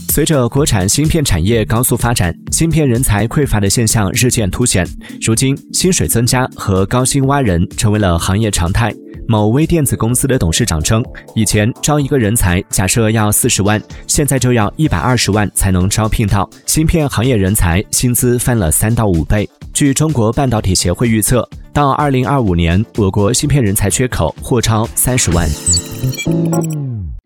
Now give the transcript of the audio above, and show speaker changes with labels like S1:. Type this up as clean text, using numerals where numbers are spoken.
S1: 随着国产芯片产业高速发展，芯片人才匮乏的现象日渐凸显。如今，薪水增加和高薪挖人成为了行业常态。某微电子公司的董事长称，以前招一个人才假设要40万，现在就要120万才能招聘到。芯片行业人才薪资翻了3到5倍。据中国半导体协会预测，到2025年，我国芯片人才缺口或超30万。